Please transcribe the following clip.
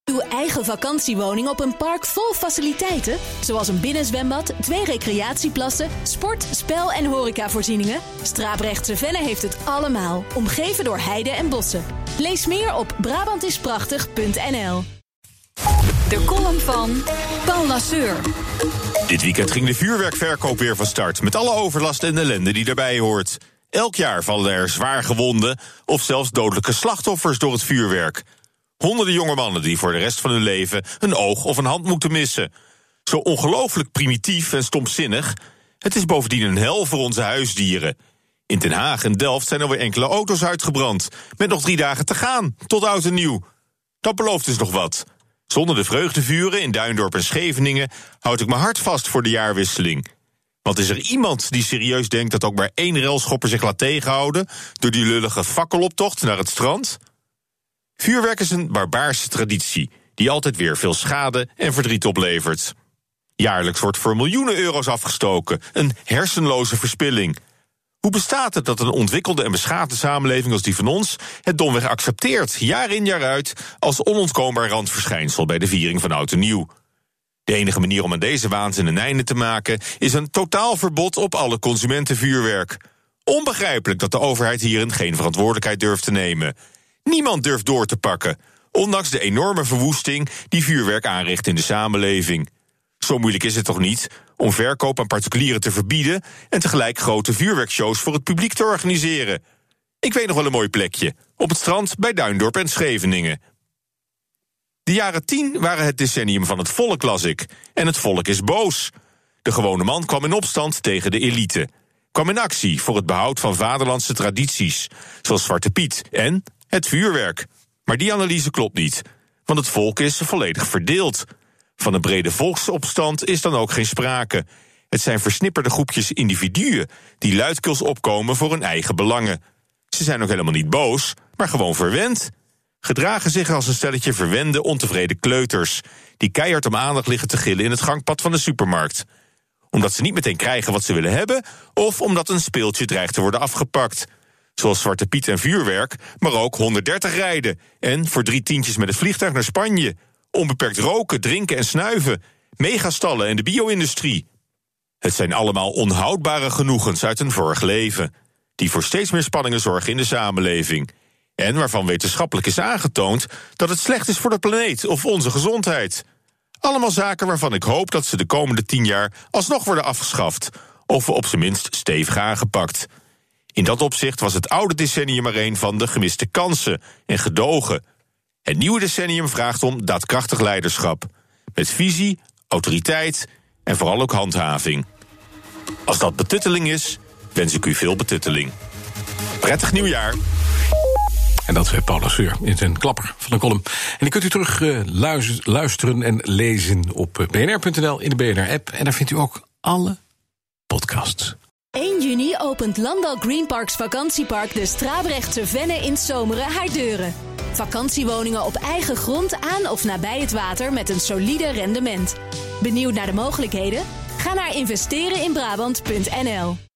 Uw eigen vakantiewoning op een park vol faciliteiten, zoals een binnenzwembad, 2 recreatieplassen, sport, spel- en horecavoorzieningen? Strabrechtse Venne heeft het allemaal, omgeven door heide en bossen. Lees meer op Brabantisprachtig.nl. De column van Paul Lasseur. Dit weekend ging de vuurwerkverkoop weer van start, met alle overlast en ellende die daarbij hoort. Elk jaar vallen er zwaar gewonden of zelfs dodelijke slachtoffers door het vuurwerk. Honderden jonge mannen die voor de rest van hun leven een oog of een hand moeten missen. Zo ongelooflijk primitief en stomzinnig. Het is bovendien een hel voor onze huisdieren. In Den Haag en Delft zijn alweer enkele auto's uitgebrand, met nog 3 dagen te gaan, tot oud en nieuw. Dat belooft dus nog wat. Zonder de vreugdevuren in Duindorp en Scheveningen houd ik mijn hart vast voor de jaarwisseling. Want is er iemand die serieus denkt dat ook maar 1 railschopper zich laat tegenhouden door die lullige fakkeloptocht naar het strand? Vuurwerk is een barbaarse traditie die altijd weer veel schade en verdriet oplevert. Jaarlijks wordt voor miljoenen euro's afgestoken, een hersenloze verspilling. Hoe bestaat het dat een ontwikkelde en beschaafde samenleving als die van ons het domweg accepteert, jaar in jaar uit, als onontkoombaar randverschijnsel bij de viering van oud en nieuw? De enige manier om aan deze waanzin een einde te maken is een totaal verbod op alle consumentenvuurwerk. Onbegrijpelijk dat de overheid hierin geen verantwoordelijkheid durft te nemen. Niemand durft door te pakken, ondanks de enorme verwoesting die vuurwerk aanricht in de samenleving. Zo moeilijk is het toch niet om verkoop aan particulieren te verbieden en tegelijk grote vuurwerkshows voor het publiek te organiseren? Ik weet nog wel een mooi plekje, op het strand bij Duindorp en Scheveningen. De jaren 10 waren het decennium van het volk, las ik. En het volk is boos. De gewone man kwam in opstand tegen de elite. Kwam in actie voor het behoud van vaderlandse tradities, zoals Zwarte Piet en het vuurwerk. Maar die analyse klopt niet, want het volk is volledig verdeeld. Van een brede volksopstand is dan ook geen sprake. Het zijn versnipperde groepjes individuen die luidkeels opkomen voor hun eigen belangen. Ze zijn ook helemaal niet boos, maar gewoon verwend. Gedragen zich als een stelletje verwende, ontevreden kleuters die keihard om aandacht liggen te gillen in het gangpad van de supermarkt. Omdat ze niet meteen krijgen wat ze willen hebben, of omdat een speeltje dreigt te worden afgepakt. Zoals Zwarte Piet en vuurwerk, maar ook 130 rijden. En voor 3 tientjes met het vliegtuig naar Spanje. Onbeperkt roken, drinken en snuiven. Megastallen en de bio-industrie. Het zijn allemaal onhoudbare genoegens uit een vorig leven, die voor steeds meer spanningen zorgen in de samenleving. En waarvan wetenschappelijk is aangetoond dat het slecht is voor de planeet of onze gezondheid. Allemaal zaken waarvan ik hoop dat ze de komende 10 jaar alsnog worden afgeschaft, of op zijn minst stevig aangepakt. In dat opzicht was het oude decennium maar een van de gemiste kansen en gedogen. Het nieuwe decennium vraagt om daadkrachtig leiderschap, met visie, autoriteit en vooral ook handhaving. Als dat betutteling is, wens ik u veel betutteling. Prettig nieuwjaar. En dat is Paul Lasseur in zijn klapper van de column. En die kunt u terug luisteren en lezen op bnr.nl in de BNR-app. En daar vindt u ook alle podcasts. 1 juni opent Landal Green Parks vakantiepark de Strabrechtse Venne in Zomeren haar deuren. Vakantiewoningen op eigen grond aan of nabij het water met een solide rendement. Benieuwd naar de mogelijkheden? Ga naar investereninbrabant.nl.